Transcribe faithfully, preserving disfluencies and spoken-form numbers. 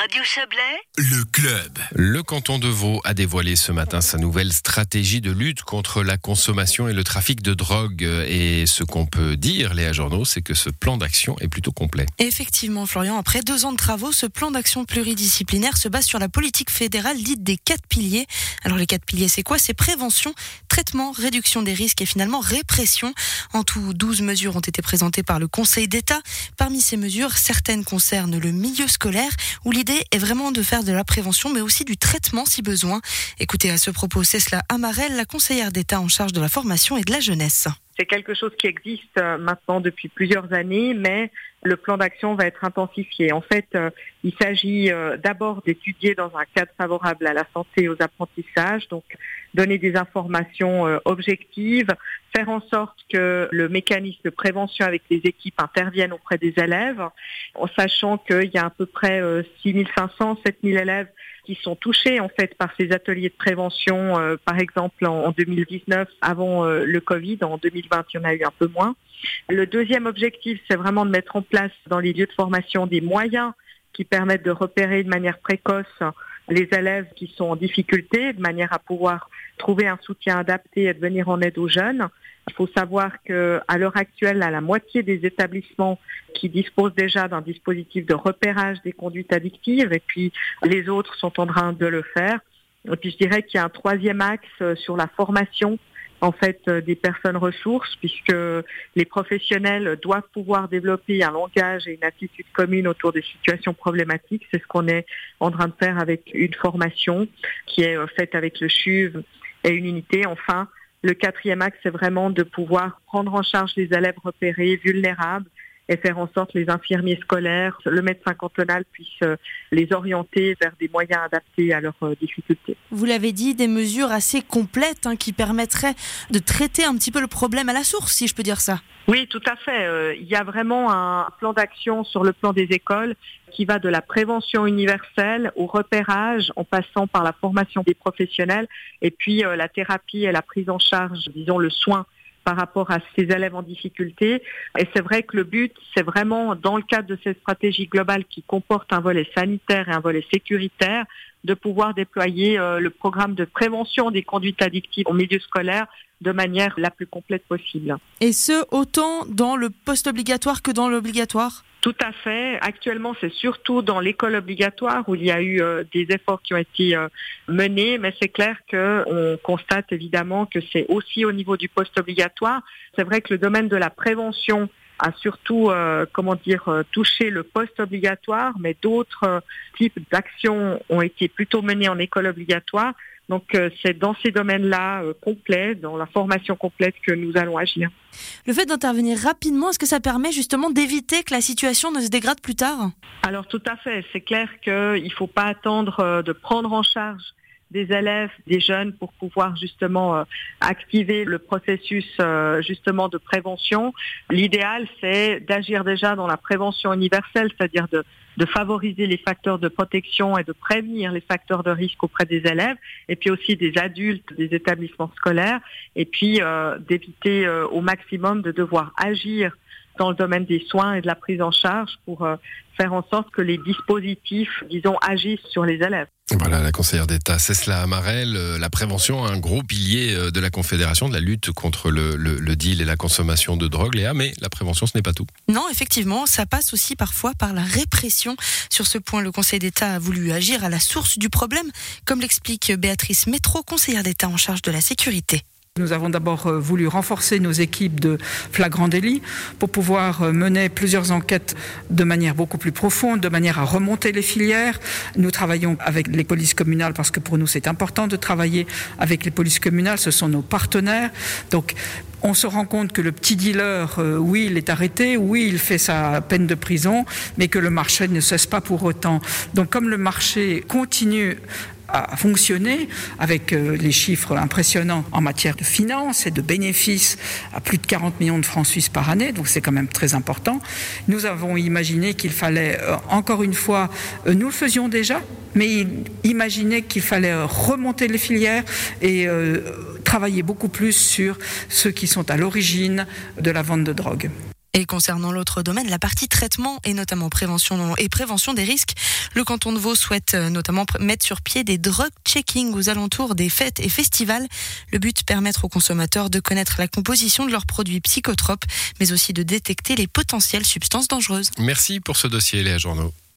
Radio Chablais, le club. Le canton de Vaud a dévoilé ce matin sa nouvelle stratégie de lutte contre la consommation et le trafic de drogue. Et ce qu'on peut dire, Léa Journeau, c'est que ce plan d'action est plutôt complet. Effectivement, Florian, après deux ans de travaux, ce plan d'action pluridisciplinaire se base sur la politique fédérale dite des quatre piliers. Alors les quatre piliers, c'est quoi ? C'est prévention, traitement, réduction des risques et finalement répression. En tout, douze mesures ont été présentées par le Conseil d'État. Parmi ces mesures, certaines concernent le milieu scolaire, où l'idée est vraiment de faire de la prévention, mais aussi du traitement si besoin. Écoutez à ce propos Cécile Amarel, la conseillère d'État en charge de la formation et de la jeunesse. C'est quelque chose qui existe maintenant depuis plusieurs années, mais le plan d'action va être intensifié. En fait, il s'agit d'abord d'étudier dans un cadre favorable à la santé et aux apprentissages, donc donner des informations objectives, faire en sorte que le mécanisme de prévention avec les équipes intervienne auprès des élèves, en sachant qu'il y a à peu près six mille cinq cents, sept mille élèves qui sont touchés en fait par ces ateliers de prévention, euh, par exemple en, en deux mille dix-neuf, avant euh, le Covid, en deux mille vingt, il y en a eu un peu moins. Le deuxième objectif, c'est vraiment de mettre en place dans les lieux de formation des moyens qui permettent de repérer de manière précoce les élèves qui sont en difficulté, de manière à pouvoir trouver un soutien adapté et de venir en aide aux jeunes. Il faut savoir qu'à l'heure actuelle, à la moitié des établissements qui disposent déjà d'un dispositif de repérage des conduites addictives, et puis les autres sont en train de le faire. Et puis je dirais qu'il y a un troisième axe sur la formation en fait des personnes ressources, puisque les professionnels doivent pouvoir développer un langage et une attitude commune autour des situations problématiques. C'est ce qu'on est en train de faire avec une formation qui est faite avec le C H U V et une unité. Enfin, le quatrième axe, c'est vraiment de pouvoir prendre en charge les élèves repérés, vulnérables, et faire en sorte que les infirmiers scolaires, le médecin cantonal puisse les orienter vers des moyens adaptés à leurs difficultés. Vous l'avez dit, des mesures assez complètes hein, qui permettraient de traiter un petit peu le problème à la source, si je peux dire ça. Oui, tout à fait. Euh, il y a vraiment un plan d'action sur le plan des écoles qui va de la prévention universelle au repérage, en passant par la formation des professionnels, et puis euh, la thérapie et la prise en charge, disons le soin, par rapport à ces élèves en difficulté. Et c'est vrai que le but, c'est vraiment, dans le cadre de cette stratégie globale qui comporte un volet sanitaire et un volet sécuritaire, de pouvoir déployer euh, le programme de prévention des conduites addictives au milieu scolaire de manière la plus complète possible. Et ce, autant dans le post-obligatoire que dans l'obligatoire ? Tout à fait. Actuellement, c'est surtout dans l'école obligatoire où il y a eu euh, des efforts qui ont été euh, menés, mais c'est clair qu'on constate évidemment que c'est aussi au niveau du post-obligatoire. C'est vrai que le domaine de la prévention a surtout, euh, comment dire, euh, touché le post-obligatoire, mais d'autres euh, types d'actions ont été plutôt menées en école obligatoire. Donc euh, c'est dans ces domaines-là euh, complets, dans la formation complète que nous allons agir. Le fait d'intervenir rapidement, est-ce que ça permet justement d'éviter que la situation ne se dégrade plus tard ? Alors tout à fait, c'est clair qu'il ne faut pas attendre euh, de prendre en charge des élèves, des jeunes pour pouvoir justement euh, activer le processus euh, justement de prévention. L'idéal, c'est d'agir déjà dans la prévention universelle, c'est-à-dire de de favoriser les facteurs de protection et de prévenir les facteurs de risque auprès des élèves, et puis aussi des adultes, des établissements scolaires, et puis euh, d'éviter euh, au maximum de devoir agir dans le domaine des soins et de la prise en charge pour euh, faire en sorte que les dispositifs, disons, agissent sur les élèves. Voilà, la conseillère d'État Cécile Amarel, euh, la prévention, un gros pilier euh, de la Confédération, de la lutte contre le, le, le deal et la consommation de drogue, Léa, mais la prévention, ce n'est pas tout. Non, effectivement, ça passe aussi parfois par la répression. Sur ce point, le Conseil d'État a voulu agir à la source du problème, comme l'explique Béatrice Métro, conseillère d'État en charge de la sécurité. Nous avons d'abord voulu renforcer nos équipes de flagrant délit pour pouvoir mener plusieurs enquêtes de manière beaucoup plus profonde, de manière à remonter les filières. Nous travaillons avec les polices communales parce que pour nous c'est important de travailler avec les polices communales, ce sont nos partenaires. Donc on se rend compte que le petit dealer, euh, oui, il est arrêté, oui, il fait sa peine de prison, mais que le marché ne cesse pas pour autant. Donc comme le marché continue à fonctionner avec euh, les chiffres impressionnants en matière de finances et de bénéfices à plus de quarante millions de francs suisses par année, donc c'est quand même très important. Nous avons imaginé qu'il fallait, euh, encore une fois, euh, nous le faisions déjà, mais imaginé qu'il fallait euh, remonter les filières et euh, travailler beaucoup plus sur ceux qui sont à l'origine de la vente de drogue. Et concernant l'autre domaine, la partie traitement et notamment prévention et prévention des risques, le canton de Vaud souhaite notamment mettre sur pied des drug checking aux alentours des fêtes et festivals. Le but, permettre aux consommateurs de connaître la composition de leurs produits psychotropes, mais aussi de détecter les potentielles substances dangereuses. Merci pour ce dossier, Léa Journeau.